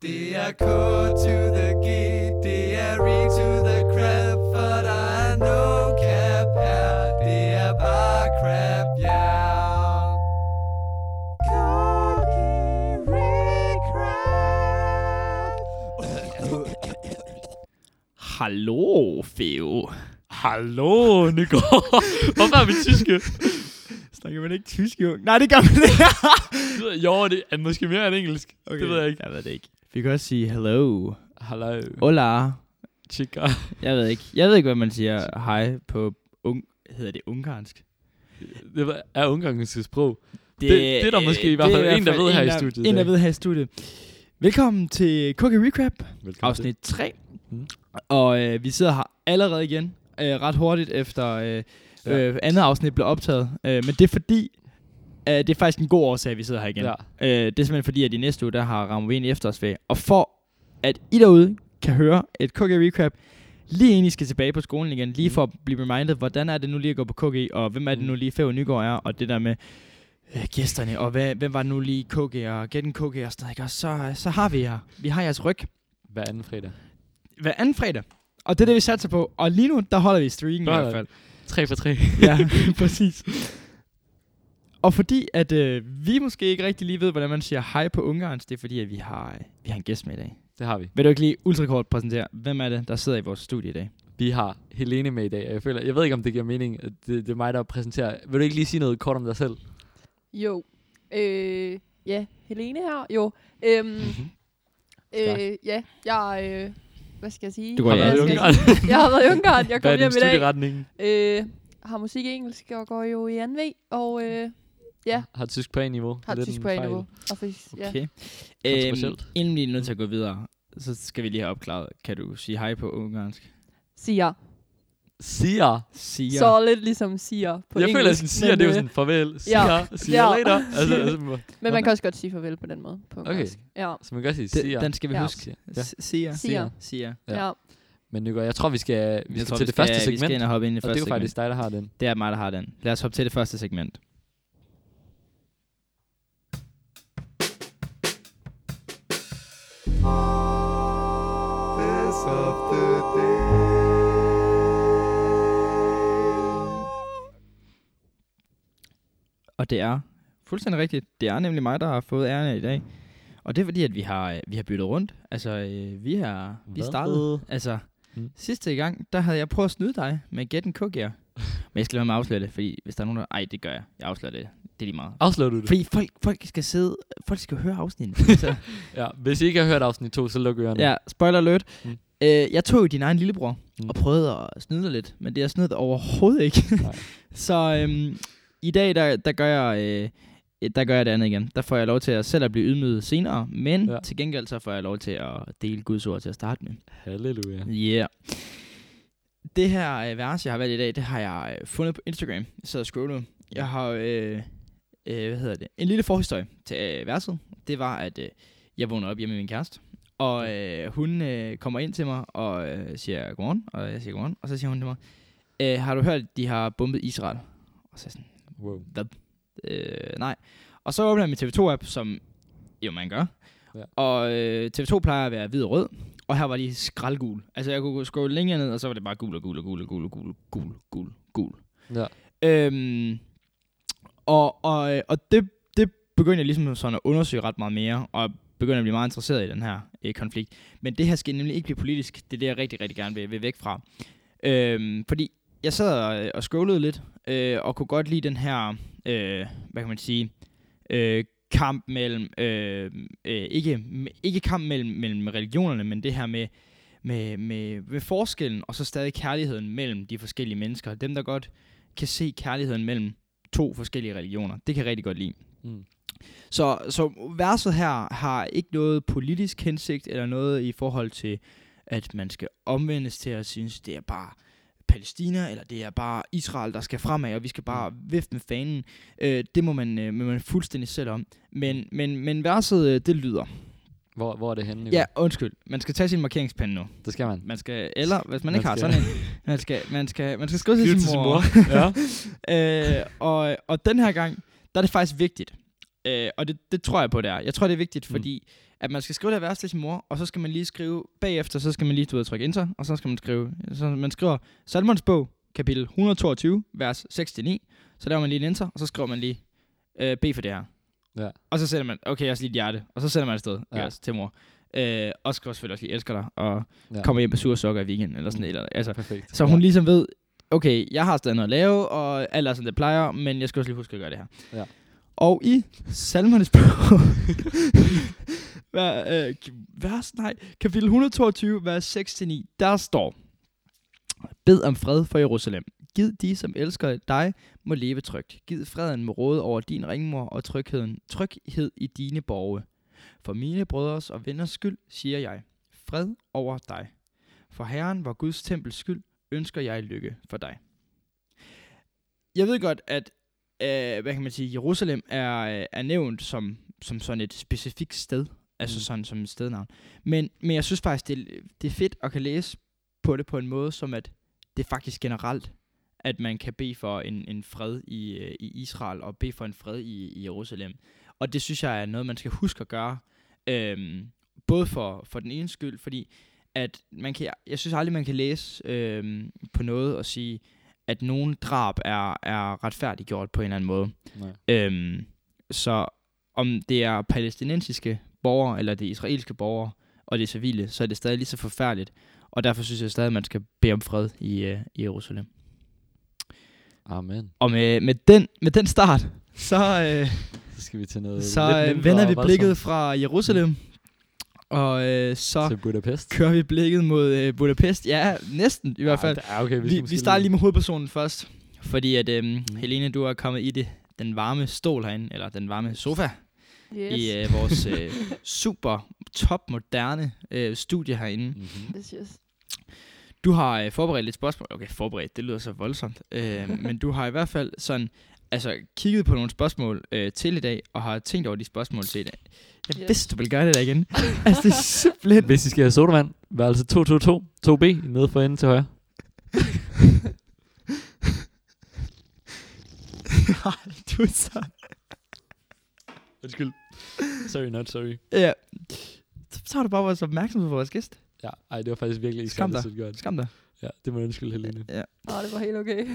Det er K to the G, det er re to the crap, for der er no cap her, det er bare crap, yeah. Hallo, Feo. Hallo, Nygaard. Hvorfor er vi tyske? Snakker man ikke tysk, jo? Nej, det gør man ikke. Jo, det er måske mere end engelsk. Okay. Det ved jeg ikke. Jeg ved det ikke. Vi kan også sige hello. Hallo. Hola. Chica. Jeg ved ikke, hvad man siger hej på hedder det ungarsk? Det er ungarsk sprog. Det er der måske i hvert fald en, der ved her i studiet. En, der ved her i studiet. Velkommen til Cookie Recap, Velkommen afsnit 3. Og vi sidder her allerede igen, ret hurtigt efter andet afsnit blev optaget. Men det er fordi, det er faktisk en god årsag, at vi sidder her igen. Ja. Det er simpelthen fordi, at i næste uge, der har Ramovin efterårsferie. Og for at I derude kan høre et Cookie Recap, lige inden I skal tilbage på skolen igen, lige for at blive reminded, hvordan er det nu lige at gå på Cookie, og hvem er det nu lige Feo Nygaard er, og det der med gæsterne, og hvem var det nu lige Cookie, og Get en Cookie, og sådan noget, og så har vi jer. Vi har jeres ryg. Hver anden fredag. Hver anden fredag. Og det er det, vi satser på. Og lige nu, der holder vi streaken i hvert fald. 3 for 3. Ja, præcis. Og fordi, at vi måske ikke rigtig lige ved, hvordan man siger hej på ungarsk, det er fordi, at vi har en gæst med i dag. Det har vi. Vil du ikke lige ultrakort præsentere, hvem er det, der sidder i vores studie i dag? Vi har Helene med i dag, og jeg ved ikke, om det giver mening, at det er mig, der præsenterer. Vil du ikke lige sige noget kort om dig selv? Jo. Ja, Helene her. Jo. Ja, jeg... hvad skal jeg sige? Du går i Ungarn. Jeg har været i Ungarn. Jeg kom Hvad er hjem din i dag. studieretning? Har musik i engelsk og går jo i 2V. Og ja. Har tysk på A-niveau. Har tysk på A-niveau. Okay. Kontroversielt. Inden vi er nødt til at gå videre, så skal vi lige have opklaret. Kan du sige hej på ungarsk? Siger. Siger. Så lidt ligesom siger på jeg engelsk. føler, at sådan siger, det er jo sådan farvel. Siger later. Altså, men man kan også godt sige farvel på den måde. På ungarsk. Ja. Så man kan sige siger. Den skal vi huske. Siger. Ja. Men Nygaard, jeg tror, vi skal til det første segment. Vi skal ind og hoppe ind i og første det er jo segment. faktisk dig, der har den. Det er mig, der har den. Lad os hoppe til det første segment. This of the day. Og det er fuldstændig rigtigt. Det er nemlig mig, der har fået æren i dag. Og det er fordi, at vi har byttet rundt. Altså, vi startede. Altså, sidste gang, der havde jeg prøvet at snyde dig med Get en Cookie. Men jeg skal lade mig afsløre det, fordi hvis der er nogen, der... Ej, det gør jeg. Jeg afslører det. Det er lige meget. Afslører du det? Fordi folk skal høre afsnittet. Altså. Ja, hvis I ikke har hørt afsnit 2, så luk ørerne. Ja, spoiler alert. Jeg tog jo din egen lillebror og prøvede at snyde dig lidt, men det er snydet overhovedet ikke. Så i dag, der gør jeg det andet igen. Der får jeg lov til at selv at blive ydmyget senere, men til gengæld så får jeg lov til at dele Guds ord til at starte med. Halleluja. Yeah. Det her vers, jeg har valgt i dag, det har jeg fundet på Instagram. Jeg sidder og scroller. Jeg har en lille forhistorie til verset. Det var, at jeg vågnede op hjemme med min kæreste, og hun kommer ind til mig og siger godmorgen, og jeg siger godmorgen, og så siger hun til mig, har du hørt, at de har bombet Israel? Og så er sådan, wow. Hvad? Nej. Og så åbner jeg min TV2-app, som jo man gør. Ja. Og TV2 plejer at være hvid og rød, og her var de skraldgul. Altså jeg kunne scrolle længere ned, og så var det bare gul og gul og gul og gul og gul og gul. Ja. Og det begyndte jeg ligesom sådan at undersøge ret meget mere, og begyndte at blive meget interesseret i den her konflikt. Men det her skal nemlig ikke blive politisk. Det er det, jeg rigtig, rigtig gerne vil væk fra. Fordi jeg sad og scrollede lidt, og kunne godt lide den her, hvad kan man sige, kamp mellem, ikke kamp mellem religionerne, men det her med forskellen, og så stadig kærligheden mellem de forskellige mennesker. Dem, der godt kan se kærligheden mellem to forskellige religioner. Det kan jeg rigtig godt lide. Så verset her har ikke noget politisk hensigt, eller noget i forhold til, at man skal omvendes til at synes, det er bare Palæstina, eller det er bare Israel, der skal fremad, og vi skal bare vifte med fanen. Det må man fuldstændig selv om. Men verset, det lyder. Hvor er det henne? Ja, undskyld. Man skal tage sin markeringspenne nu. Det skal man. Man skal, eller hvis man ikke har sådan en, man skal skrive til sin mor. Ja. Og den her gang, der er det faktisk vigtigt Og det tror jeg på, det er. Jeg tror, det er vigtigt, fordi at man skal skrive det vers til sin mor, og så skal man lige skrive bagefter, så skal man lige trykke enter, og så skal man skrive, så man skriver Salmons bog, kapitel 122, vers 6-9, så laver man lige en enter, og så skriver man lige, bed for det her. Ja. Og så sætter man, okay, jeg skal lige et hjerte, og så sætter man afsted til mor. Og skriver selvfølgelig også lige, elsker dig, og kommer hjem med sure sokker i weekenden, eller sådan eller altså. Perfekt. Så hun ligesom ved, okay, jeg har stadig noget at lave, og alt er som det plejer, men jeg skal også lige huske at gøre det her. Ja. Og i Salmernes bog, kapitel 122, vers 6-9, der står, bed om fred for Jerusalem. Gid de, som elsker dig, må leve trygt. Gid freden må råde over din ringmor og tryghed i dine borge. For mine brødres og venners skyld, siger jeg, fred over dig. For Herren, vor Guds tempels skyld, ønsker jeg lykke for dig. Jeg ved godt, at hvad kan man sige, Jerusalem er nævnt som sådan et specifikt sted, altså sådan som et stednavn. Men jeg synes faktisk, det er fedt at kan læse på det på en måde, som at det er faktisk generelt, at man kan bede for en fred i Israel, og bede for en fred i Jerusalem. Og det synes jeg er noget, man skal huske at gøre, både for den ene skyld, fordi at jeg synes aldrig, man kan læse på noget og sige, at nogen drab er retfærdiggjort på en eller anden måde. Så om det er palæstinensiske borgere, eller det israelske borgere, og det civile, så er det stadig lige så forfærdeligt. Og derfor synes jeg stadig, at man skal bede om fred i Jerusalem. Amen. Og med den start, så skal vi til noget så vender vi blikket fra Jerusalem, og så til Budapest. Kører vi blikket mod Budapest. Ja, næsten i hvert fald. Okay, vi starter lige med hovedpersonen først, fordi at Helene, du er kommet i den varme stol herinde, eller den varme sofa, i vores super top moderne studie herinde. Mm-hmm. Yes. Du har forberedt lidt spørgsmål. Okay, forberedt, det lyder så voldsomt. Men du har i hvert fald sådan, altså kigget på nogle spørgsmål til i dag, og har tænkt over de spørgsmål til i dag. Jeg vidste, du ville gøre det der igen. Altså, det er simpelthen... Hvis I skal have sodavand, værelse 222, 2B, nede for enden til højre. Du er så... Undskyld. Sorry, not sorry. Ja. Så har du bare været opmærksom på vores gæst. Ja, det var faktisk virkelig ikke Skam dig. godt. Skam dig. Ja, det må jeg undskylde, Helene. Ja. Det var helt okay.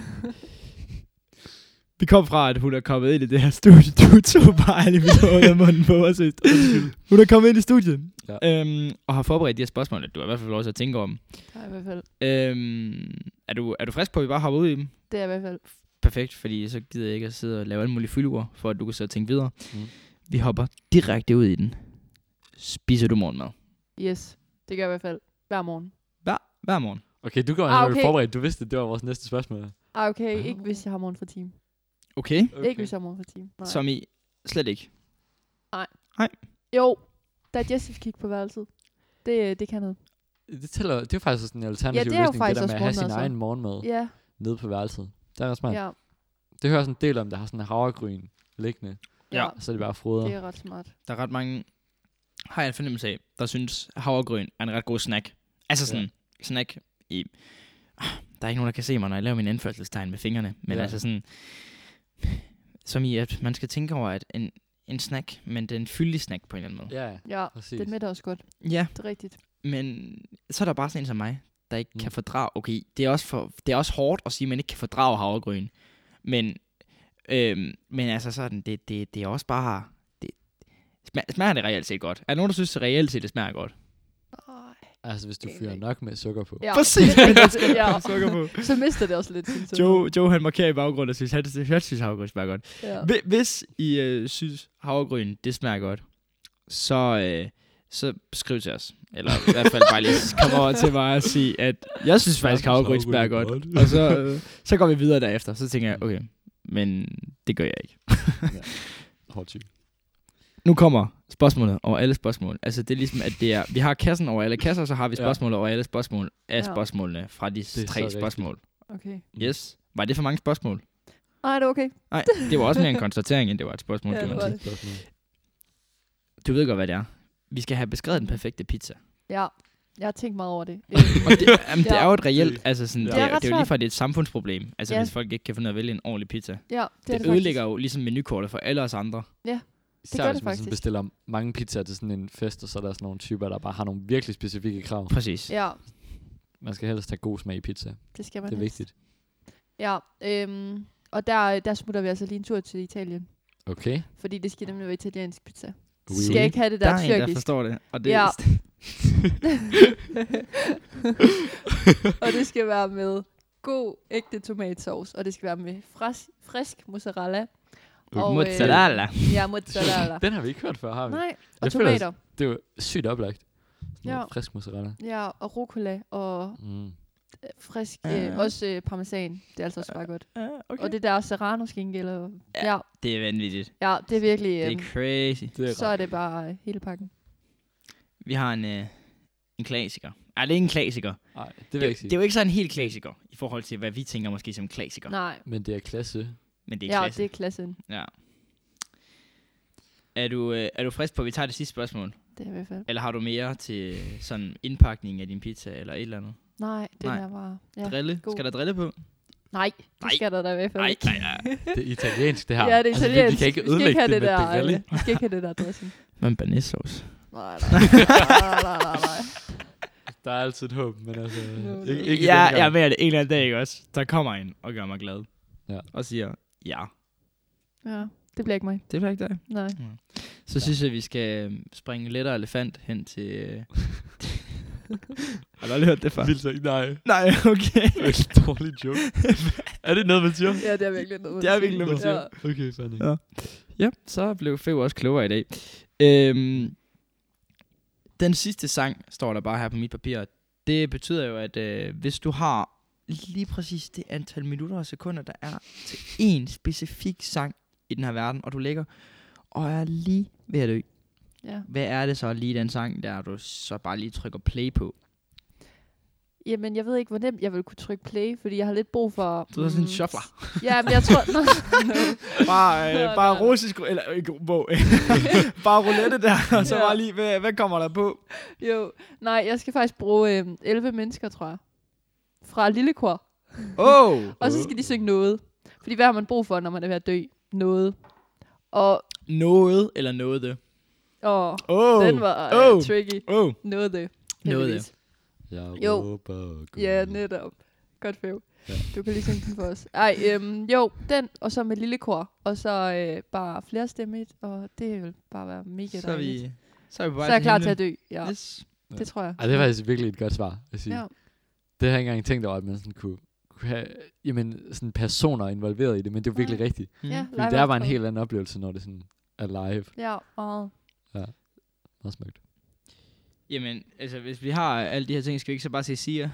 Vi kom fra, at hun er kommet ind i det her studie. Du tog bare alle mine munden på os. Hun er kommet ind i studiet. Ja. Og har forberedt de her spørgsmål, at du har i hvert fald lov til at tænke om. Ja, i hvert fald. Er du frisk på, at vi bare hopper ud i dem? Det er i hvert fald. Perfekt, fordi så gider jeg ikke at sidde og lave alle mulige fyldeord, for at du kan så tænke videre. Vi hopper direkte ud i den. Spiser du morgenmad? Yes, det gør jeg i hvert fald. Hver morgen. Hver morgen? Okay, du går okay. Forberedt. Du vidste, det var vores næste spørgsmål. Okay, ikke hvis jeg har morgen for team. Okay. Ikke hvis jeg har morgen for team. Nej. Som i slet ikke? Nej. Jo, digestive kick på værelset. Det kan noget. Det er faktisk sådan en alternativ løsning, det der med at have sin egen morgenmad nede på værelset. Det er ret smart. Ja. Det hører sådan en del om, der har sådan en havregryn liggende. Ja. Så er det bare froder. Det er ret smart. Der er ret mange, har jeg en fornemmelse af, der synes havregryn er en ret god snack. Altså sådan snack i... Der er ikke nogen, der kan se mig, når jeg laver min anførselstegn med fingrene. Men altså sådan... Som i, at man skal tænke over, at en snack, men det er en fyldig snack på en eller anden måde. Ja, det med det også godt. Ja. Det er rigtigt. Men så er der bare sådan en som mig, der ikke kan fordrage... Okay, det er også hårdt at sige, at man ikke kan fordrage havregryn. Men altså sådan, det er også bare... Smager det reelt set godt? Er der nogen, der synes, at reelt set det smager godt? Altså, hvis du fyrer nok med sukker på. Ja. Præcis, sukker på. Så mister det også lidt. Joe, han markerer i baggrunden og synes, han synes, havregryn smager godt. Ja. Hvis I synes, havregryn, det smager godt, så skriv til os. Eller i hvert fald bare lige komme over til mig og sige, at jeg synes faktisk, havregryn smager godt. Og så går vi videre derefter. Så tænker jeg, okay, men det gør jeg ikke. Hårdt syg. Nu kommer spørgsmålet over alle spørgsmål. Altså det er ligesom, at vi har kassen over alle kasser, så har vi spørgsmål over alle spørgsmål af spørgsmålene fra de 3 spørgsmål. Okay. Yes. Var det for mange spørgsmål? Nej, det er okay. Nej, det var også mere en konstatering, end det var et spørgsmål. Ja, kan man sige. Du ved godt, hvad det er. Vi skal have beskrevet den perfekte pizza. Ja, jeg har tænkt meget over det. Og det er jo et reelt, altså sådan, det er jo lige fra, det er et samfundsproblem. Altså hvis folk ikke kan finde ud af at vælge en ordentlig pizza. Ja, det ødelægger jo ligesom menukkortet for alle os andre. Ja. Det gør det faktisk. Man bestiller mange pizzaer til sådan en fest, og så er der sådan nogle typer, der bare har nogle virkelig specifikke krav. Præcis. Ja. Man skal helst have god smag i pizza. Det skal man. Det er vigtigt. Ja, og der smutter vi altså lige en tur til Italien. Okay. Fordi det skal nemlig være italiensk pizza. Oui. Skal ikke have det der tyrkisk. Der er en, der forstår det. Og det ja. Og det skal være med god, ægte tomatsauce. Og det skal være med frisk mozzarella. Og, mozzarella. Ja, mozzarella. Den har vi ikke hørt før, har vi? Nej, og tomater. Det er jo sygt oplagt. Ja. Frisk mozzarella. Ja, og rucola og frisk, også parmesan. Det er altså også bare godt. Okay. Og det der serrano-skinke, eller... Ja, det er vanvittigt. Ja, det er virkelig... det er crazy. Så er det bare hele pakken. Vi har en klassiker. Ej, det er ikke en klassiker. Nej, det vil jeg ikke sige. Det er jo ikke sådan en helt klassiker, i forhold til, hvad vi tænker måske som klassiker. Nej. Men det er klasse. Men det er klasse. Ja, det er klassen. Ja. Er du frisk på, at vi tager det sidste spørgsmål? Det er i hvert fald. Eller har du mere til sådan indpakning af din pizza, eller et eller andet? Nej, den er bare... Ja, drille? God. Skal der drille på? Nej, det skal der i hvert fald ikke. Nej. Det er italiensk, det her. Ja, det er italiensk. Altså, vi kan ikke ødelægge det med drille. Vi skal ikke have det der dressing. Men banæssauce. Nej. Der er altid et håb, men altså... Ikke jeg mener det en eller anden dag, ikke også? Der kommer en og gør mig glad. Ja. Og siger, ja. Ja, det bliver ikke mig. Det bliver ikke dig? Nej. Ja. Så synes jeg, vi skal springe lettere elefant hen til... Har du aldrig hørt det før? Nej, okay. Det er en dårlig joke. Er det noget, man siger? Ja, det er virkelig noget, det er virkelig noget, man siger. Ja. Okay, fandme. Ja, så blev Fev også klogere i dag. Den sidste sang, står der bare her på mit papir. Det betyder jo, at hvis du har lige præcis det antal minutter og sekunder, der er til en specifik sang i den her verden, og du ligger og er lige ved at dø. Ja. Hvad er det så lige den sang, der du så bare lige trykker play på? Jamen, jeg ved ikke, hvor nemt jeg vil kunne trykke play, fordi jeg har lidt brug for... Du er sådan en shuffler. Ja, men jeg tror... Bare russisk... Eller ikke bare roulette der, og så bare lige... Hvad kommer der på? Jo, nej, jeg skal faktisk bruge 11 mennesker, tror jeg. Fra Lillekor. Og så skal de synge noget. Fordi hvad har man brug for, når man er ved at dø? Noget. Og... Noget eller noget det? Den var tricky. Noget det. Noget det. Jo. Ja, netop. Godt Fev. Ja. Du kan lige synge den for os. Jo, den, og så med Lillekor. Og så bare flere stemmet, og det vil bare være mega dejligt. Så er jeg klar til at dø. Ja. Yes. Det tror jeg. Det er faktisk virkelig et godt svar, at sige. Ja. Det har jeg ikke engang tænkt over, at man sådan kunne have sådan personer involveret i det, men det er virkelig rigtigt. Ja, det er bare en helt anden oplevelse, når det sådan er live. Ja, meget. Ja, meget smukt. Jamen, altså, hvis vi har alle de her ting, skal vi ikke så bare sige Sia?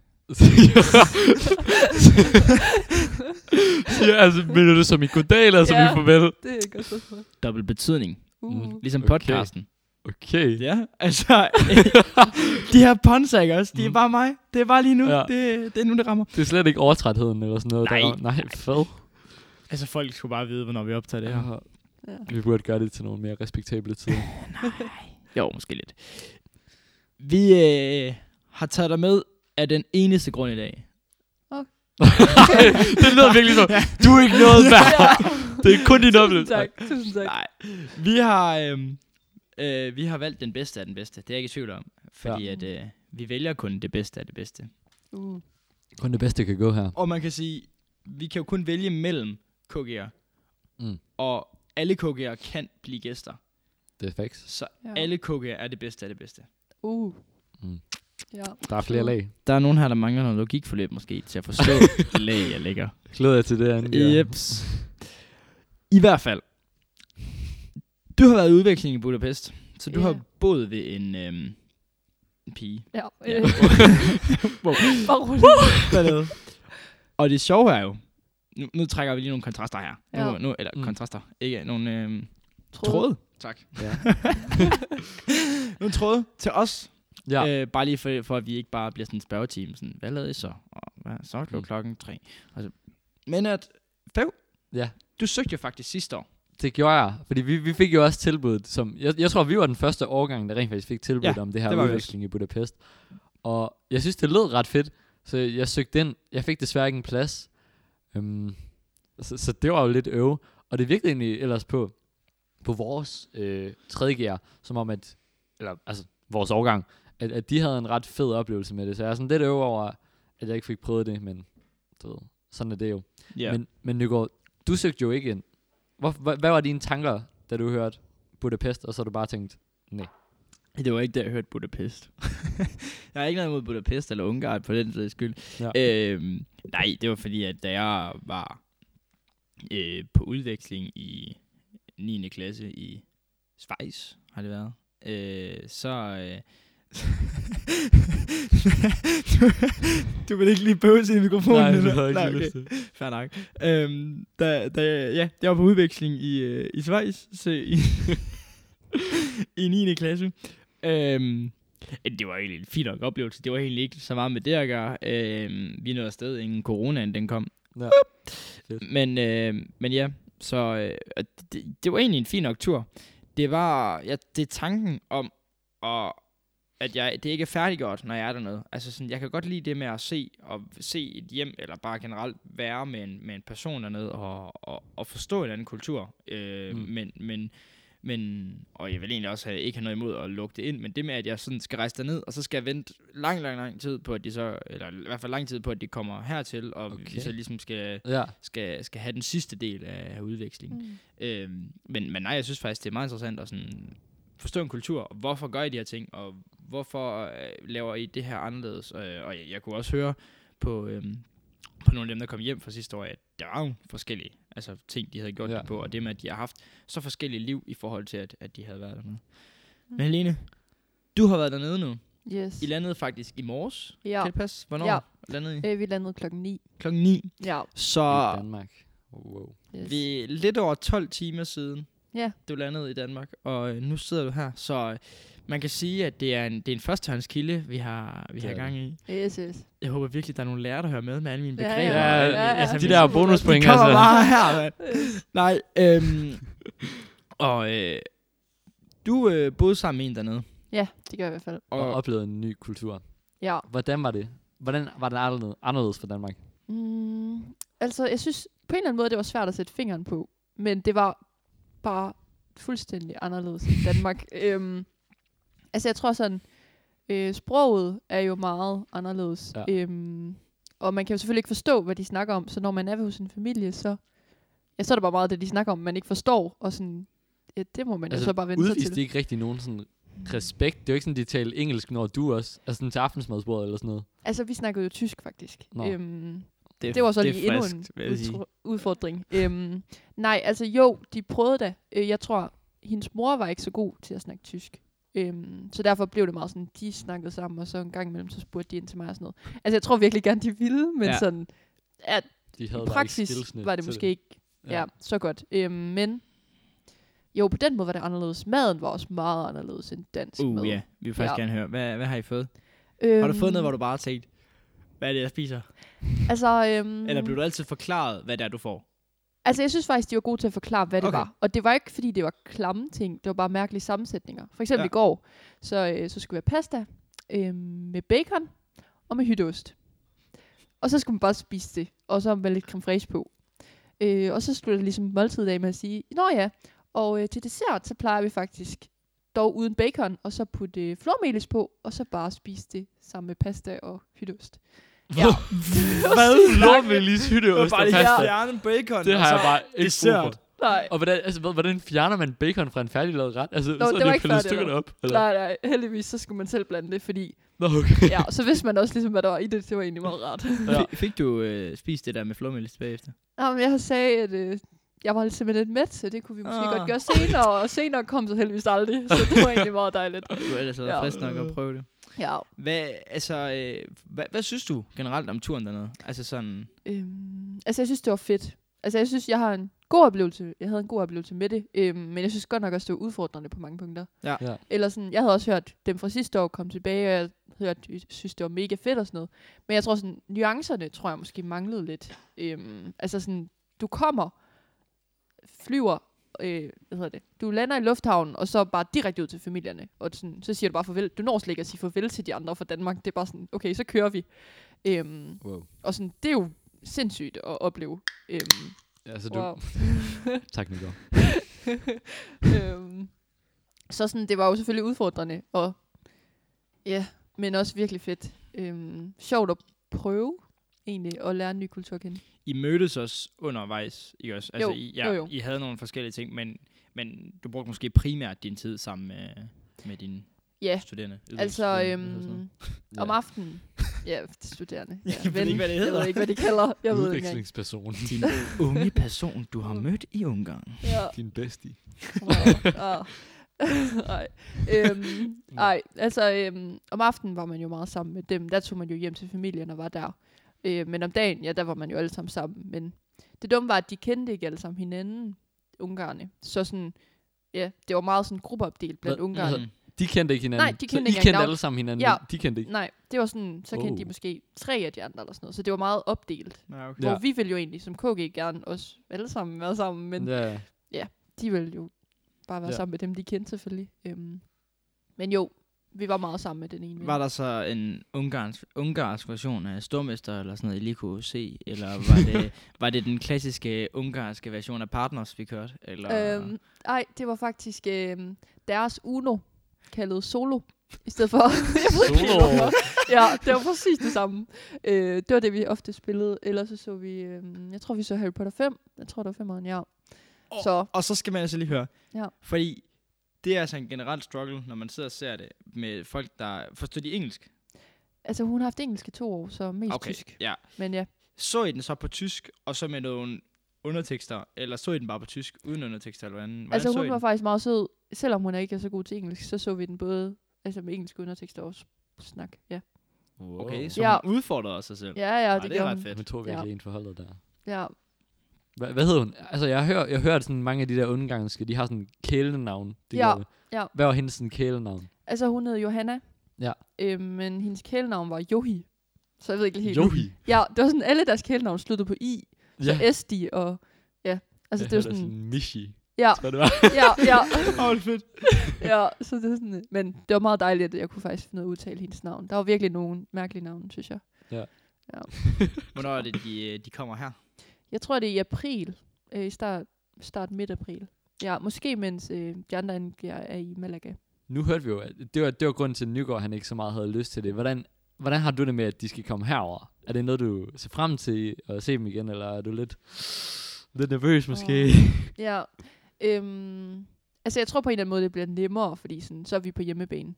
Sia, altså, mener du som i goddag, eller som i farvel? Det er godt spørgsmål. Dobbelt betydning. Ligesom podcasten. Okay. Ja, altså, de her ponser, ikke også? De er bare mig. Det er bare lige nu. Ja. Det er nu, det rammer. Det er slet ikke overtrætheden eller sådan noget. Nej. Nej, fed. Altså, folk skulle bare vide, hvornår vi optager det her. Ja. Vi burde gøre det til nogle mere respektable tider. Nej. Jo, måske lidt. Vi har taget dig med af den eneste grund i dag. Okay. Det lyder virkelig så. Du er ikke noget værd. Det er kun din oplevelse. Tusind tak. Nej. Vi har valgt den bedste af den bedste. Det er jeg ikke i tvivl om. Fordi at vi vælger kun det bedste af det bedste. Kun det bedste kan gå her. Og man kan sige, vi kan jo kun vælge mellem KG'er. Og alle KG'er kan blive gæster. Det er facts. Så alle KG'er er det bedste af det bedste. Ja. Der er flere lag. Der er nogen her, der mangler noget logikforløb måske til at forstå lag, jeg lægger. Glæder jeg til det andet. Jeps. I hvert fald. Du har været i udveksling i Budapest, så du har boet ved en pige. Ja. Bare roligt. Og det sjove er jo, nu trækker vi lige nogle kontraster her. Kontraster. Ikke nogle tråde. Tak. Ja. Nogle tråde til os. Ja. Bare lige for at vi ikke bare bliver sådan en spørgeteam. Sådan, hvad lavede I så? Og så er klokken 3. Altså, men at Fev, du søgte jo faktisk sidste år. Det gjorde jeg, fordi vi fik jo også tilbuddet, som jeg tror vi var den første årgang, der rent faktisk fik tilbuddet om det her udveksling i Budapest. Og jeg synes det lød ret fedt, så jeg søgte ind. Jeg fik desværre ikke en plads. Så det var jo lidt øve. Og det virkede egentlig ellers på, på vores 3.G'er, som om vores årgang, at de havde en ret fed oplevelse med det. Så jeg er sådan lidt over, at jeg ikke fik prøvet det, men du ved, sådan er det jo. Yeah. Men Nygaard, du søgte jo ikke ind. Hvad var dine tanker, da du hørte Budapest, og så du bare tænkt, nej? Det var ikke da jeg hørte Budapest. Jeg har ikke noget imod Budapest eller Ungarn på den sags skyld. Ja. Nej, det var fordi, at da jeg var på udveksling i 9. klasse i Schweiz, har det været, du vil ikke lige bøvse i mikrofonen? Nej, det har jeg ikke lyst til. Fair nok. Jeg var på udveksling i Schweiz i 9. klasse. Det var egentlig en fin nok oplevelse. Det var egentlig ikke så meget med det at gøre. Vi nåede afsted, inden coronaen den kom. Ja. Men ja, så det var egentlig en fin nok tur. Det var det er tanken om at det ikke er færdiggjort, når jeg er dernede. Altså sådan, jeg kan godt lide det med at se et hjem, eller bare generelt være med en person dernede, og forstå en anden kultur. Men og jeg vil egentlig også ikke have noget imod at lukke det ind, men det med, at jeg sådan skal rejse derned, og så skal jeg vente lang tid på, at de så, eller i hvert fald lang tid på, at de kommer hertil, og vi så ligesom skal have den sidste del af udvekslingen. Men nej, jeg synes faktisk, det er meget interessant at sådan forstå en kultur, og hvorfor gør I de her ting, og hvorfor laver I det her anderledes, og jeg kunne også høre på nogle af dem, der kom hjem fra sidste år, at der var jo forskellige ting, de havde gjort det på, og det med, at de har haft så forskellige liv i forhold til, at de havde været dernede. Men Helene, du har været dernede nu. Yes. I landede faktisk i morges. Ja. Kan det passe? Hvornår landede I? Vi landede 9:00. 9:00? Ja. Så i Danmark. Wow. Yes. Vi lidt over 12 timer siden, du landede i Danmark, og nu sidder du her, så man kan sige, at det er en førstehåndskilde, vi har gang i. Yes. Jeg håber virkelig, der er nogle lærere, der hører med alle mine begreber. Ja. De der bonuspoint. De kommer bare her, nej. Du boede sammen med en dernede. Ja, det gør jeg i hvert fald. Og oplevede en ny kultur. Ja. Hvordan var det? Hvordan var det anderledes for Danmark? Jeg synes på en eller anden måde, det var svært at sætte fingeren på. Men det var bare fuldstændig anderledes i Danmark. Jeg tror sådan, sproget er jo meget anderledes. Ja. Og man kan jo selvfølgelig ikke forstå, hvad de snakker om. Så når man er ved hos en familie, så er der bare meget det, de snakker om, man ikke forstår. Og sådan, det må man jo så bare vente sig til. Udviste de ikke rigtig nogen sådan respekt? Det er jo ikke sådan, de taler engelsk, når du også er sådan til aftensmadsbordet eller sådan noget. Vi snakkede jo tysk faktisk. Det var så lige endnu en udfordring. Jo, de prøvede da. Jeg tror, hendes mor var ikke så god til at snakke tysk. Så derfor blev det meget sådan, de snakkede sammen, og så en gang imellem, så spurgte de ind til mig og sådan noget. Jeg tror virkelig gerne, de ville, men sådan, at i praksis var det måske ikke så godt. Men jo, på den måde var det anderledes. Maden var også meget anderledes end dansk mad. Ja, vi vil faktisk gerne høre. Hvad har I fået? Har du fået noget, hvor du bare har tænkt, hvad er det, jeg spiser? Eller blev du altid forklaret, hvad det er, du får? Jeg synes faktisk, de var gode til at forklare, hvad det var. Og det var ikke, fordi det var klamme ting. Det var bare mærkelige sammensætninger. For eksempel i går, så skulle vi have pasta med bacon og med hytteost. Og så skulle man bare spise det. Og så med lidt creme fraiche på. Og så sluttede det ligesom måltidet af med at sige, nå ja, og til dessert, så plejer vi faktisk dog uden bacon, og så putte flormelis på, og så bare spise det sammen med pasta og hytteost. Ja. Hvad? Flormelis, hytteost og pasta? Fjerne bacon. Det har jeg bare ikke brug for. Nej. Og hvordan fjerner man bacon fra en færdiglavet ret? Så det var ikke pillet stykkerne op? Eller? Nej, heldigvis så skulle man selv blande det, fordi okay. Ja, så vidste man også ligesom, hvad der var i det. Det var egentlig meget rart. Fik du spist det der med flormelis bagefter? Men jeg har sagt, at jeg var simpelthen lidt mæt, så det kunne vi måske godt gøre senere. Og senere kom så heldigvis aldrig, så det var egentlig meget dejligt. Du har ellers været frisk nok at prøve det. Ja. Hvad synes du generelt om turen dernede? Jeg synes, det var fedt. Jeg synes, jeg har en god oplevelse. Jeg havde en god oplevelse med det. Men jeg synes godt nok også, det var udfordrende på mange punkter. Ja. Eller sådan, jeg havde også hørt dem fra sidste år komme tilbage, og jeg synes, det var mega fedt og sådan noget. Men jeg tror sådan, nuancerne, tror jeg måske manglede lidt. Du kommer, flyver, du lander i lufthavnen, og så bare direkte ud til familierne. Og sådan, så siger du bare farvel. Du når slet ikke at sige farvel til de andre fra Danmark. Det er bare sådan, okay, så kører vi. Og sådan, det er jo sindssygt at opleve. Altså du... Wow. Tak, Nico. Så sådan, det var jo selvfølgelig udfordrende, og ja, men også virkelig fedt. Sjovt at prøve, egentlig, at lære en ny kultur at kende. I mødtes også undervejs, ikke også? Altså, Jo. I havde nogle forskellige ting, men du brugte måske primært din tid sammen med dine studerende. Altså, om aftenen. Ja, studerende. Ja, Jeg ved ikke, hvad det hedder. Jeg ved ikke, hvad de kalder. Jeg ved ikke engang. Udvekslingsperson. Din unge person, du har mødt i Ungarn. Ja. Din bestie. Nej, altså om aftenen var man jo meget sammen med dem. Der tog man jo hjem til familien og var der. Men om dagen, ja, der var man jo alle sammen sammen. Men det dumme var, at de kendte ikke alle sammen hinanden, ungarerne. Så sådan, ja, det var meget sådan gruppeopdelt blandt ungarerne. De kendte ikke hinanden? Nej, de kendte ikke. I kendte alle sammen hinanden? Ja. De kendte ikke? Nej, det var sådan, så kendte de måske 3 af de andre eller sådan noget. Så det var meget opdelt. Ja, okay. Hvor vi ville jo egentlig som KG gerne også alle sammen være sammen. Men ja, de ville jo bare være sammen med dem, de kendte selvfølgelig. Men jo, vi var meget sammen med den ene. Var der så en ungarsk version af Stormester eller sådan noget, I lige kunne se? Eller var det den klassiske ungarske version af Partners, vi kørte? Eller? Ej, det var faktisk deres Uno, kaldet Solo, i stedet for... Solo? Ja, det var præcis det samme. Det var det, vi ofte spillede. Ellers så vi... jeg tror, vi så Harry Potter 5. Jeg tror, det var 5'eren, ja. Og så skal man altså lige høre. Ja. Fordi det er altså en generelt struggle, når man sidder og ser det med folk, der forstår de engelsk. Altså, hun har haft engelsk i 2 år, så mest tysk. Ja. Men ja. Så I den så på tysk, og så med nogle undertekster, eller så I den bare på tysk, uden undertekster, eller hvordan Altså, hun så var faktisk meget sød. Selvom hun ikke er så god til engelsk, så vi den både altså med engelsk undertekster og snak. Ja. Wow. Okay, så hun udfordrede sig selv. Ja, det er ret fedt. Hun tog virkelig en forholdet der. Ja. Hvad hedder hun? Altså, jeg hører sådan mange af de der ungarske, de har sådan kælenavn. Ja. Hvad var hendes sådan kælenavn? Altså, hun hed Johanna. Ja. Men hendes kælenavn var Johi. Så jeg ved ikke helt. Johi? Ja, det var sådan, alle deres kælenavn sluttede på I. Så Esti og... Ja, altså det var sådan... Michi. Ja. Tror det var. Ja. Det fedt. Ja, så det var sådan... Men det var meget dejligt, at jeg kunne faktisk finde ud af at udtale hendes navn. Der var virkelig nogle mærkelige navne, synes jeg. Ja. Hvornår er det, de kommer her? Jeg tror, det er i april. I start midt april. Ja, måske mens de andre er i Malaga. Nu hørte vi jo, at det var grunden til, at Nygaard han ikke så meget havde lyst til det. Hvordan har du det med, at de skal komme herover? Er det noget, du ser frem til at se dem igen, eller er du lidt nervøs måske? Ja, altså jeg tror på en eller anden måde, det bliver nemmere, fordi sådan, så er vi på hjemmebane.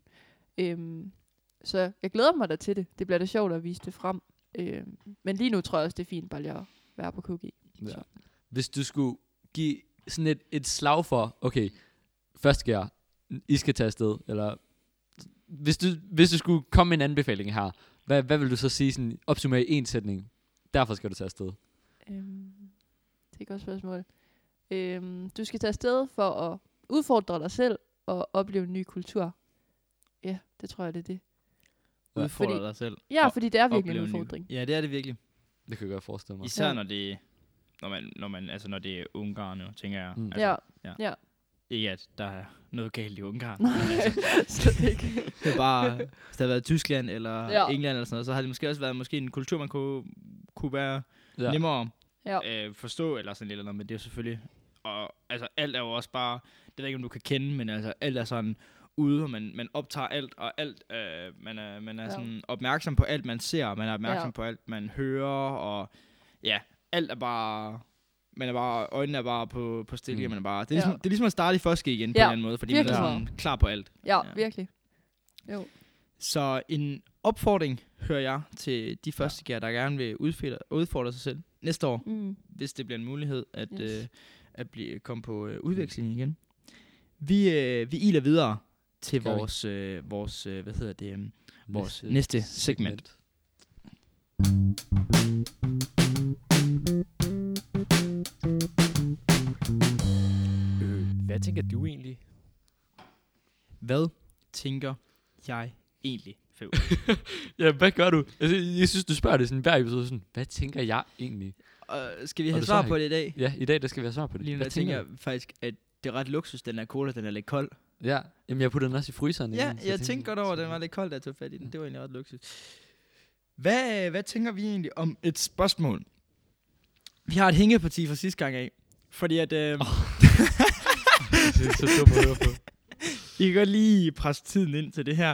Så jeg glæder mig da til det. Det bliver da sjovt at vise det frem. Men lige nu tror jeg også, det er fint bare lige at være på KG. Ja. Hvis du skulle give sådan et slag for, okay, først skal I skal tage afsted, eller hvis du skulle komme med en anbefaling her, hvad vil du så sige, sådan opsummere i 1 sætning? Derfor skal du tage afsted. Det er et godt spørgsmål. Du skal tage afsted for at udfordre dig selv og opleve en ny kultur. Ja, det tror jeg, det er det. Udfordre dig selv. Ja, fordi det er virkelig en udfordring. Ja, det er det virkelig. Det kan jeg godt forestille mig. Især når det er Ungarn, tænker jeg. Mm. Ja. Ikke at der er noget galt i Ungarn. Nej, slet ikke. Det er bare, hvis det havde været Tyskland eller England eller sådan noget, så har det måske også været en kultur, man kunne være nemmere forstå eller sådan lidt eller noget, men det er selvfølgelig, og altså alt er jo også bare, det ved ikke om du kan kende, men altså alt er sådan ude, og man optager alt, og alt, man er sådan opmærksom på alt, man ser, man er opmærksom på alt, man hører, og ja, alt er bare... øjnene er bare på stille, man er bare... Det er ligesom at starte i første igen på en eller anden måde, fordi man er sådan klar på alt. Ja, virkelig. Jo. Så en opfordring, hører jeg, til de første der gerne vil udfordre sig selv næste år, hvis det bliver en mulighed at komme på udveksling igen. Vi iler videre til vores næste segment. Hvad tænker du egentlig? Hvad tænker jeg egentlig, Fev? Ja, hvad gør du? Altså, jeg synes, du spørger det sådan hver episode sådan, hvad tænker jeg egentlig? Skal vi have svar på det i dag? Ja, i dag der skal vi have svar på det. Lige nu tænker jeg faktisk, at det er ret luksus, den her cola, den er lidt kold. Ja, jamen jeg putter den også i fryseren. Ja, jeg tænkte godt over, at den var lidt kold, da jeg tog fat i den. Det var egentlig ret luksus. Hvad tænker vi egentlig om et spørgsmål? Vi har et hængeparti fra sidste gang af. Fordi at... Det er så dumt at høre på. I kan godt lige presse tiden ind til det her.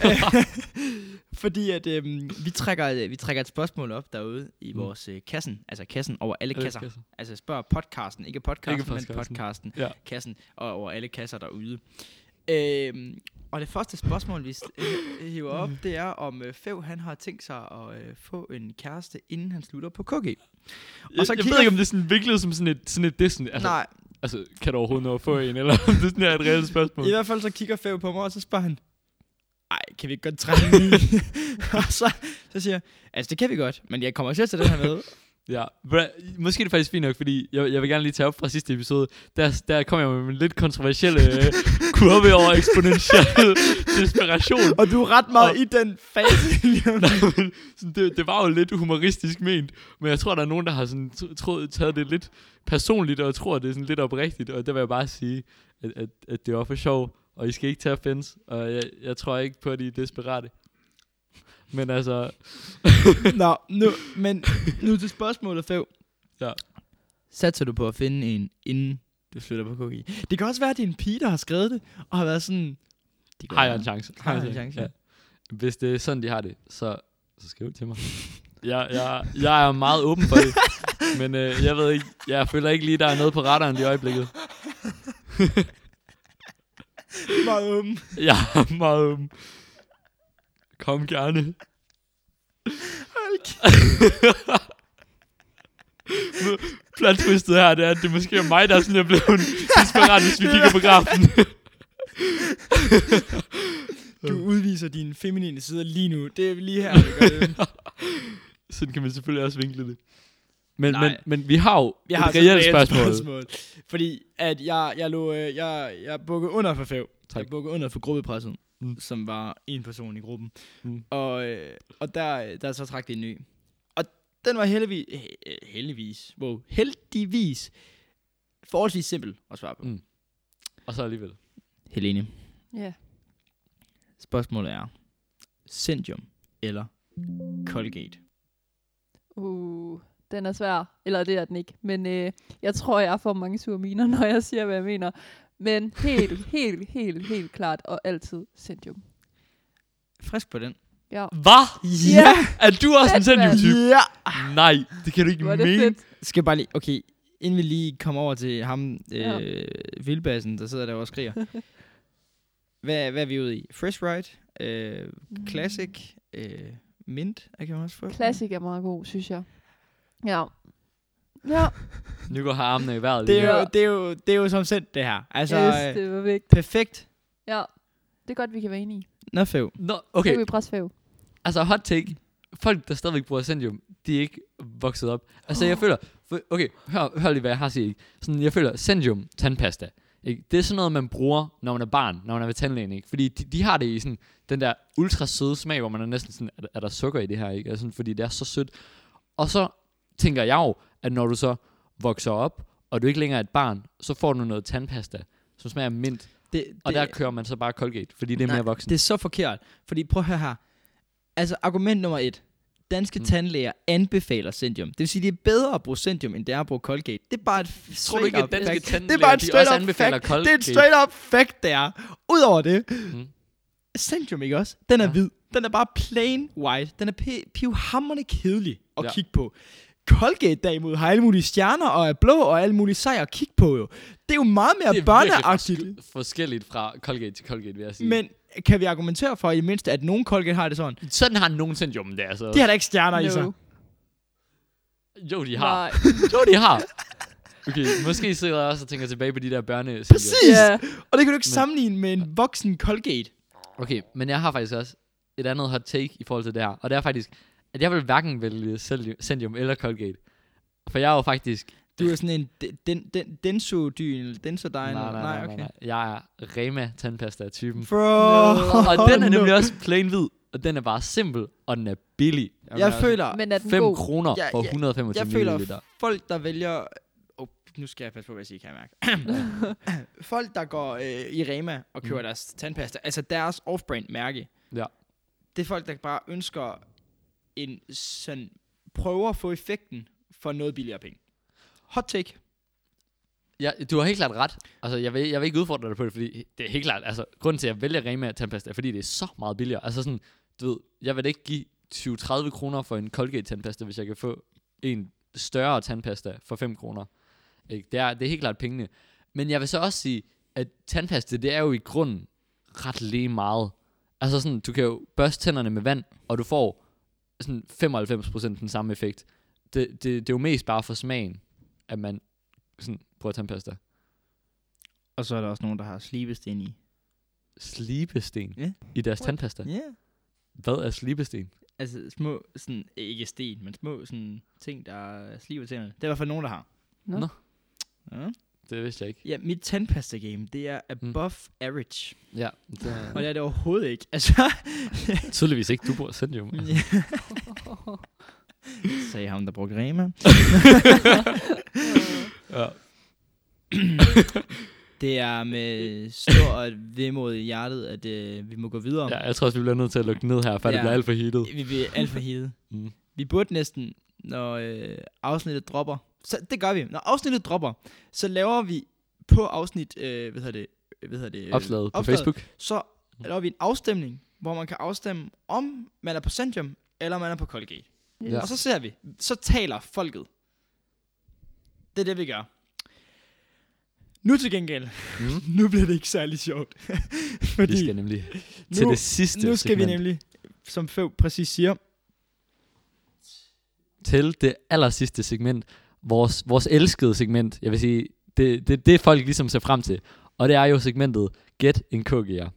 Fordi at vi trækker et spørgsmål op derude i vores kassen. Altså kassen over alle kasser. Altså spørg podcasten. Ikke podcasten, men podcasten. Ja. Kassen og over alle kasser derude. Og det første spørgsmål, vi hiver op, det er, om Fev, han har tænkt sig at få en kæreste, inden han slutter på KG. Og så jeg ved ikke, om det er sådan viklet som sådan et Disney. Altså, nej. Altså, kan du overhovedet nå at få en, eller om det sådan er et reelt spørgsmål? I hvert fald så kigger Fev på mig, og så spørger han, ej, kan vi ikke godt træne en ny? Og så siger jeg, altså det kan vi godt, men jeg kommer til at tage den her med. Ja, måske er det faktisk fint nok, fordi jeg vil gerne lige tage op fra sidste episode. Der kom jeg med en lidt kontroversielle kurve over eksponentiel desperation. Og du er ret meget i den fase. det var jo lidt humoristisk ment, men jeg tror, der er nogen, der har sådan taget det lidt personligt, og tror, det er sådan lidt oprigtigt. Og der vil jeg bare sige, at det var for sjov, og I skal ikke tage offense, og jeg tror ikke på, at I er desperate. Men altså... nu til spørgsmålet, Fev. Ja. Satser du på at finde en, inden du slutter på KG? Det kan også være, at det er en pige, der har skrevet det, og har været sådan... Har jeg en chance? Har jeg en chance? Ja. Hvis det er sådan, de har det, så skriv til mig. Jeg er meget åben for det. Men jeg ved ikke... Jeg føler ikke lige, der er noget på radaren i øjeblikket. Meget åben. Jeg er meget åben. Kom gerne. Plot-twistet her, det er, at det måske er mig, der sådan er blevet desperat, hvis vi kigger på grafen. Du udviser dine feminine sider lige nu. Det er lige her, vi gør det. Sådan kan man selvfølgelig også vinkle det. Men vi har jo et reelt spørgsmål. Fordi at jeg bukkede under for Fev. Jeg bukkede under for gruppepresset. Som var en person i gruppen. Og der så trak det en ny. Og den var heldigvis forholdsvis simpel at svare på. Og så alligevel. Helene. Ja. Yeah. Spørgsmålet er, Zendium eller Colgate? Den er svær. Eller det er den ikke. Men jeg tror, jeg får mange sure miner, når jeg siger, hvad jeg mener. Men helt klart og altid Zendium. Frisk på den. Ja. Hvad? Ja! Er du også en Zendium-type? Ja! Nej, det kan du ikke mene. Skal bare lige, okay, inden vi lige kommer over til ham, vildbassen, der sidder der og skriger. Hvad er vi ude i? Fresh Ride, Classic, Mint, kan man også få. Classic er meget god, synes jeg. Ja. Nu går armene i vejret. Det er jo som sendt det her. Altså, yes, det var vigtigt. Perfekt. Ja, det er godt, vi kan være enige. Nå, Fev. Nå, okay. Så vi presse Fev. Altså, hot take. Folk, der stadigvæk bruger Zendium, de er ikke vokset op. Altså, jeg føler... Okay, hør lige, hvad jeg har at sige. Sådan, jeg føler, Zendium tandpasta, ikke? Det er sådan noget, man bruger, når man er barn, når man er ved tandlægen, ikke? Fordi de har det i sådan, den der ultra søde smag, hvor man er næsten sådan, er der sukker i det her, ikke? Altså, fordi det er så sødt. Og så tænker jeg jo, at når du så vokser op, og du ikke længere er et barn, så får du noget tandpasta, som smager mint. Og der kører man så bare Colgate, fordi det er mere voksen. Det er så forkert. Fordi prøv at høre her. Altså argument nummer 1. Danske tandlæger anbefaler Zendium. Det vil sige, det er bedre at bruge Zendium, end det er at bruge Colgate. Det er bare et straight up fact. Det er bare et straight up fact. Det er et straight up fact, der. Udover det. Zendium, ikke også? Den er hvid. Den er bare plain white. Den er pivhamrende kedelig at kigge på. Colgate derimod har alle mulige stjerner og er blå og alle mulige sejr at kigge på jo. Det er jo meget mere børneagtigt. Det er forskelligt fra Colgate til Colgate, vil jeg sige. Men kan vi argumentere for i mindste, at nogen Colgate har det sådan? Sådan har nogen Zendium der, altså. De har da ikke stjerner i sig. Jo, de har. Jo, de har. Okay, måske sidder jeg også og tænker tilbage på de der børne. Præcis! Yeah. Og det kan du ikke sammenligne med en voksen Colgate. Okay, men jeg har faktisk også et andet hot take i forhold til det her. Og det er faktisk, at jeg vil hverken vælge Zendium eller Colgate. For jeg er jo faktisk... Du er sådan en Densodyn eller Densodyn? Nej, okay. Jeg er Rema tandpasta-typen. Bro! Og den er nemlig også plain hvid. Og den er bare simpel, og den er billig. Jeg føler... Men er den 5 god? kroner for 125 ml. Jeg føler, folk der vælger... nu skal jeg passe på, hvad jeg siger, kan jeg mærke. Folk, der går i Rema og køber deres tandpasta, altså deres off-brand mærke. Ja. Det er folk, der bare ønsker en sådan... prøver at få effekten for noget billigere penge. hot take. Ja, du har helt klart ret. Altså, jeg vil ikke udfordre dig på det, fordi det er helt klart, altså, grunden til, at jeg vælger Rema tandpasta, er, fordi det er så meget billigere. Altså sådan, du ved, jeg vil da ikke give 20-30 kroner for en Colgate tandpasta, hvis jeg kan få en større tandpasta for 5 kroner. Ikke? Det er helt klart pengene. Men jeg vil så også sige, at tandpasta, det er jo i grunden ret lige meget. Altså sådan, du kan jo børste tænderne med vand, og du får sådan 95% den samme effekt. Det er jo mest bare for smagen, at man sådan bruger tandpasta. Og så er der også nogen, der har slibesten i. Slibesten? Yeah. I deres tandpasta? Ja. Yeah. Hvad er slibesten? Altså små, sådan, ikke sten, men små sådan, ting, der sliber tænderne. Det er i hvert fald nogen, der har. Nå. Ja. Det vidste jeg ikke. Ja, mit tandpasta-game, det er above average. Ja. Og det er det overhovedet ikke. Altså. Tydeligvis ikke. Du bruger Sendium. Sagde ham, der brugte Rema. Ja. Det er med stor vemod i hjertet, at vi må gå videre. Ja, jeg tror også, vi bliver nødt til at lukke ned her, for det bliver alt for heated. Vi bliver alt for heated. Vi burde næsten, når afsnittet dropper, så det gør vi. Når afsnittet dropper, så laver vi på afsnit, opslaget på Facebook. Så laver vi en afstemning, hvor man kan afstemme, om man er på Zendium, eller man er på Colgate. Ja. Og så ser vi, så taler folket. Det er det, vi gør. Nu til gengæld, nu bliver det ikke særlig sjovt. Fordi vi skal nemlig til det sidste Nu skal segment. Vi nemlig, som Fev præcis siger, til det aller sidste segment. Vores elskede segment. Jeg vil sige, det folk ligesom ser frem til. Og det er jo segmentet Gæt en KG'er.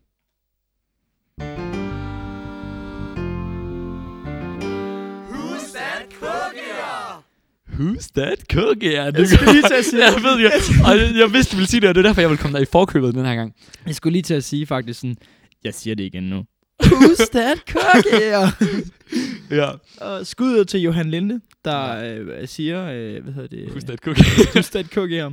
Who's that cookie? Jeg skulle lige til at sige jeg ved jo, og jeg vidste, du ville sige det, og det er derfor, jeg ville komme der i forkøbet den her gang. Jeg skulle lige til at sige faktisk sådan, jeg siger det igen nu. Who's that cookie? Ja. Og skud til Johan Linde, der siger, hvad hedder det? Who's that cookie? Who's that cookie?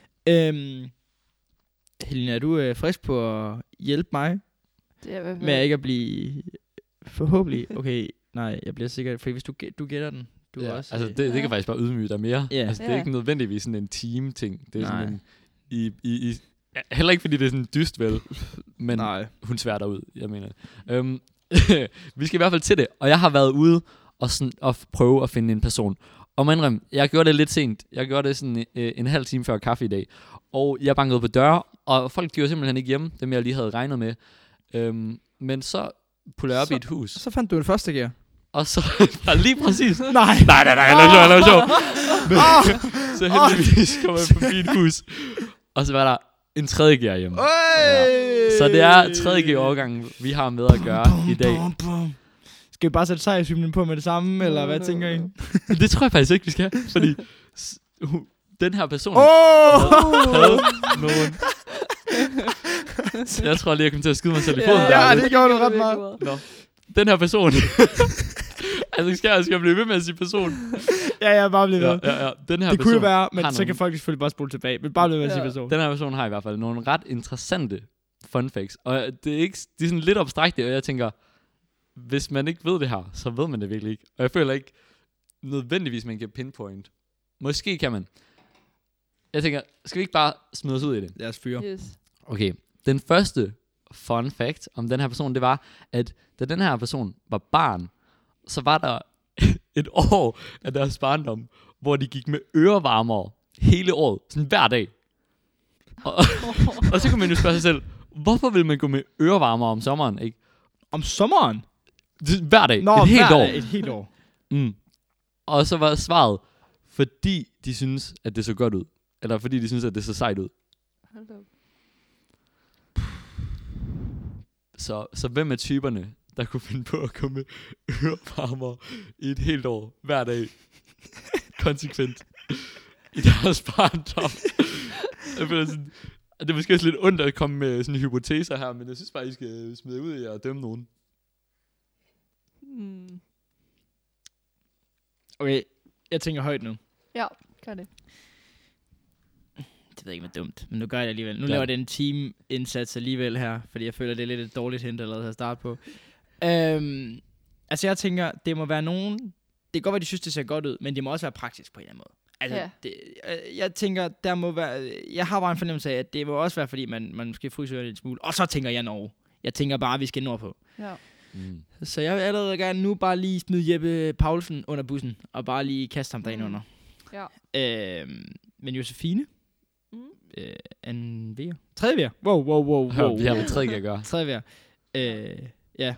Helena, er du frisk på at hjælpe mig med at ikke at blive forhåbentlig? Okay, nej, jeg bliver sikker, for hvis du gætter den. Ja, også, altså det kan faktisk bare ydmyge dig mere. Yeah. Altså det er ikke nødvendigvis sådan en team-ting. Det er sådan en, heller ikke fordi det er sådan dyst vel, men hun sværter ud, jeg mener. Vi skal i hvert fald til det, og jeg har været ude og prøve at finde en person. Og man indrømme, jeg gjorde det lidt sent. Jeg gjorde det sådan en halv time før kaffe i dag. Og jeg bankede på døre, og folk de var simpelthen ikke hjemme, dem jeg lige havde regnet med. Men så pullede jeg op i et hus. Så fandt du en første gear. Og så lige præcis. Nej, jeg er sjov. Så heldigvis kom jeg forbi et hus. Og så var der en tredje gear hjemme. Ja. Så det er tredje gear årgang, vi har med at gøre i dag. Skal vi bare sætte sejrshymnen på med det samme, eller hvad tænker I? Det tror jeg faktisk ikke, vi skal. Fordi den her person havde nogen. Jeg tror lige, jeg kom til at skyde mig selv i foden der. Ja, det gjorde du ret meget. Nå. Den her person. Altså, skal jeg blive ved med at sige person? Ja, jeg bare blive ved. Ja. Den her det person kunne være, men så kan folk selvfølgelig bare spole tilbage. Men bare blive ved at sige person. Den her person har i hvert fald nogle ret interessante fun facts. Og det er sådan lidt abstrakte, og jeg tænker, hvis man ikke ved det her, så ved man det virkelig ikke. Og jeg føler ikke nødvendigvis, man kan pinpoint. Måske kan man. Jeg tænker, skal vi ikke bare smide os ud i det? Lad os fyre. Yes. Okay, den første fun fact om den her person, det var, at da den her person var barn, så var der et år af deres barndom, hvor de gik med ørevarmere hele året, sådan hver dag. Og så kunne man jo spørge sig selv, hvorfor vil man gå med ørevarmere om sommeren, ikke? Om sommeren? Hver dag. Nå, et helt år. Et helt år. Og så var svaret, fordi de synes, at det så godt ud. Eller fordi de synes, at det så sejt ud. Hold op. Så hvem er typerne, der kunne finde på at komme med ørevarmere i et helt år, hver dag, konsekvent, i deres barndom? Jeg føler sådan, det er måske også lidt ondt at komme med sådan hypoteser her, men jeg synes bare, I skal smide ud i at dømme nogen. Okay, jeg tænker højt nu. Ja, gør det. Det ved jeg ikke, hvad dumt, men nu gør jeg det alligevel. Nu laver jeg en team-indsats alligevel her, fordi jeg føler, det er lidt et dårligt hint allerede at starte på. Altså jeg tænker, det må være nogen, det kan godt være, de synes, det ser godt ud, men det må også være praktisk på en eller anden måde. Altså, jeg tænker, der må være... Jeg har bare en fornemmelse af, at det må også være, fordi man måske fryser en smule. Og så tænker jeg Norge. Jeg tænker bare, at vi skal nordpå. Ja. Så jeg vil allerede gerne nu bare lige smide Jeppe Paulsen under bussen, og bare lige kaste ham derind under. Ja. Men Josefine... anden VR. Tredje VR. Wow. Vi har med tredje at gøre. Tredje VR. Ja.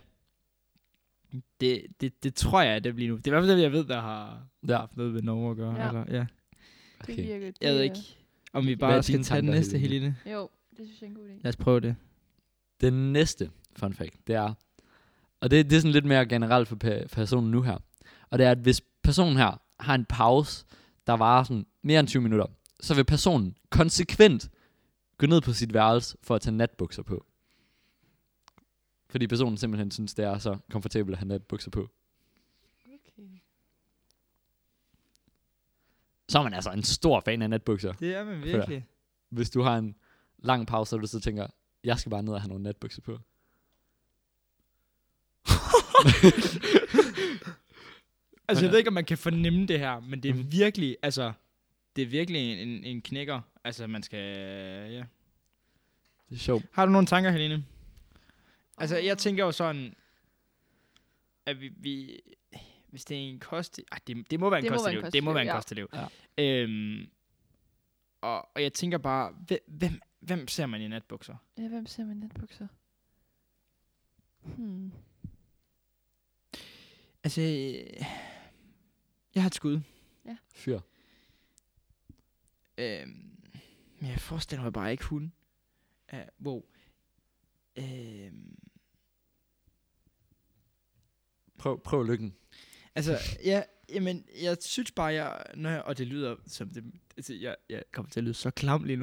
Det tror jeg, det bliver nu. Det er i hvert fald det, jeg ved, der har haft noget med Norge at gøre. Ja. Eller, ja. Okay. Jeg ved ikke, om vi bare skal tage den næste, Helene. Jo, det synes jeg er en god idé. Lad os prøve det. Den næste fun fact, det er, og det er sådan lidt mere generelt for personen nu her, og det er, at hvis personen her har en pause, der varer sådan mere end 20 minutter, så vil personen konsekvent gå ned på sit værelse for at tage natbukser på. Fordi personen simpelthen synes, det er så komfortabelt at have natbukser på. Okay. Så er man altså en stor fan af natbukser. Det er man virkelig. Hvis du har en lang pause, og du så tænker, jeg skal bare ned og have nogle natbukser på. Altså, jeg ved ikke, om man kan fornemme det her, men det er virkelig, altså, det er virkelig en knækker. Altså, man skal, ja. Det er sjovt. Har du nogle tanker, Helene? Altså, jeg tænker jo sådan, at vi hvis det er en kost... det må være en kostelev. Det må være en kostelev. Ja. Og jeg tænker bare, hvem ser man i natbukser? Ja, hvem ser man i natbukser? Altså, jeg har et skud. Ja. Fyr. Men jeg forestiller mig bare ikke hun. Wow. Prøv lykken. Altså, ja, jamen, jeg synes bare, og det lyder som det, altså, jeg kommer til at lyde så klam lige nu.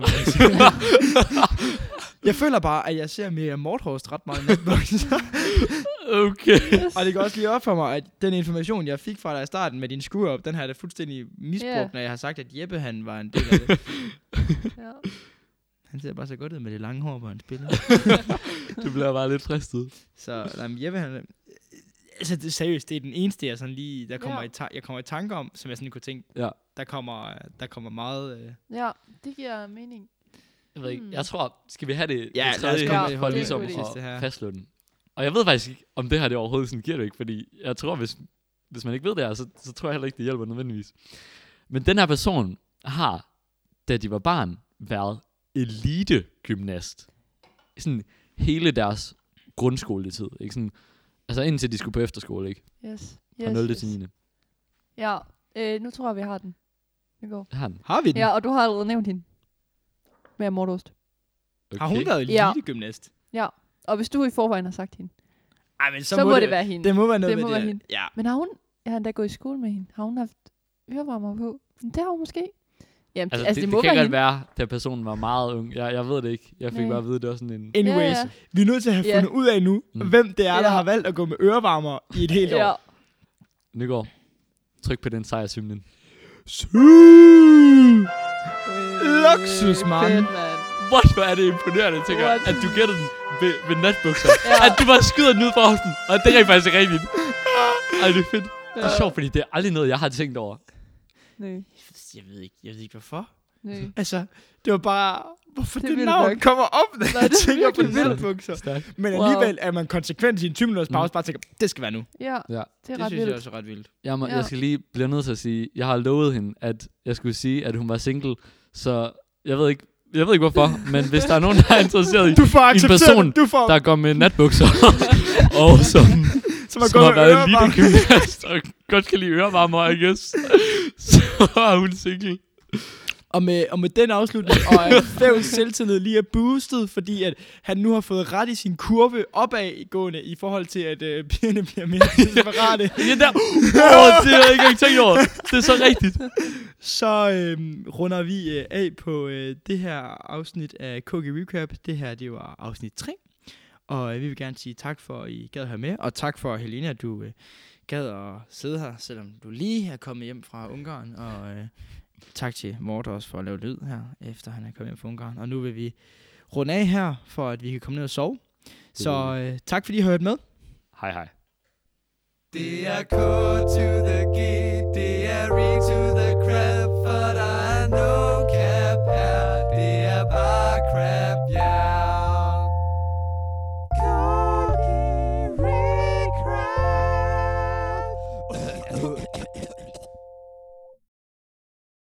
Jeg føler bare, at jeg ser mere Mordhorst ret meget i natbukser. Okay. Og det går også lige op for mig, at den information, jeg fik fra dig i starten med din screw-up, den har jeg da fuldstændig misbrugt, når jeg har sagt, at Jeppe, han var en del af det. Ja. Han ser bare så godt ud med det lange hår, hvor han spiller. Du bliver bare lidt fristet. Så Jeppe, han... Altså, det, seriøst, det er den eneste, jeg sådan lige... jeg kommer i tanke om, som jeg sådan kunne tænke. Ja. Der kommer meget... Ja, det giver mening. Jeg ved ikke, jeg tror... Skal vi have det? Ja, tredje for ligesom at fastslå den. Og jeg ved faktisk ikke, om det her det overhovedet sådan giver det ikke, fordi jeg tror, hvis man ikke ved det her, så tror jeg heller ikke, det hjælper nødvendigvis. Men den her person har, da de var barn, været elite-gymnast. Sådan hele deres grundskoletid. Ikke sådan, altså indtil de skulle på efterskole, ikke? Yes. Fra 0. til 9. Ja, nu tror jeg, vi har den. Det går. Har vi den? Ja, og du har allerede nævnt hende. Med Mordost. Okay. Har hun været elite-gymnast? Ja, og hvis du i forvejen har sagt hende, ej, men så må det være hende. Det må være noget det må med være hende. Ja. Men har hun, jeg har endda gået i skole med hende, har hun haft ørevarmer på? Det har hun måske. Jamen, altså det kan godt være, da personen var meget ung. Jeg ved det ikke. Jeg fik bare at vide, det var sådan en... Anyways, vi er nødt til at have fundet ud af nu, hvem det er, der har valgt at gå med ørevarmer i et helt år. Nygaard, tryk på den sejrshymnen. Luksus, man. Hvor er det imponerende, tænker jeg, at du gætter den ved natbukser. At du bare skyder den ud fra hoften, og det er faktisk rigtigt. Ej, det er fedt. Det er sjovt, fordi det er aldrig noget, jeg har tænkt over. Nej. Jeg ved ikke hvorfor. Nej. Altså, det var bare, hvorfor det navn kommer op, når jeg tænker på natbukser. Men alligevel er man konsekvent i en 20 minutters pause, bare tænker, det skal være nu. Ja, det er ret vildt. Det synes jeg også er ret vildt. Jeg skal lige blive nødt til at sige, jeg har lovet hende, at jeg skulle sige, at hun var single, så jeg ved ikke hvorfor, men hvis der er nogen, der er interesseret i en person, der går med natbukser, og som har været en lille gymnast, og godt kan lide ørevarmer, I guess, så er hun single. Og med den afslutning, og at Fævs selvtillid lige er boostet, fordi at han nu har fået ret i sin kurve opadgående i forhold til, at pigerne bliver mere desperate. Det har jeg ikke engang tænkt over. Det er så rigtigt. Så runder vi af på det her afsnit af KG Recap. Det her, det var afsnit 3. Og vi vil gerne sige tak for, at I gad at høre med. Og tak for, Helene, at du gad at sidde her, selvom du lige er kommet hjem fra Ungarn. Og tak til Morten også for at lave lyd her, efter han er kommet hjem fra Ungarn. Og nu vil vi runde af her, for at vi kan komme ned og sove. Så tak fordi I har hørt med. Hej hej. Det er K to the G, det er re to the crap, for Whoever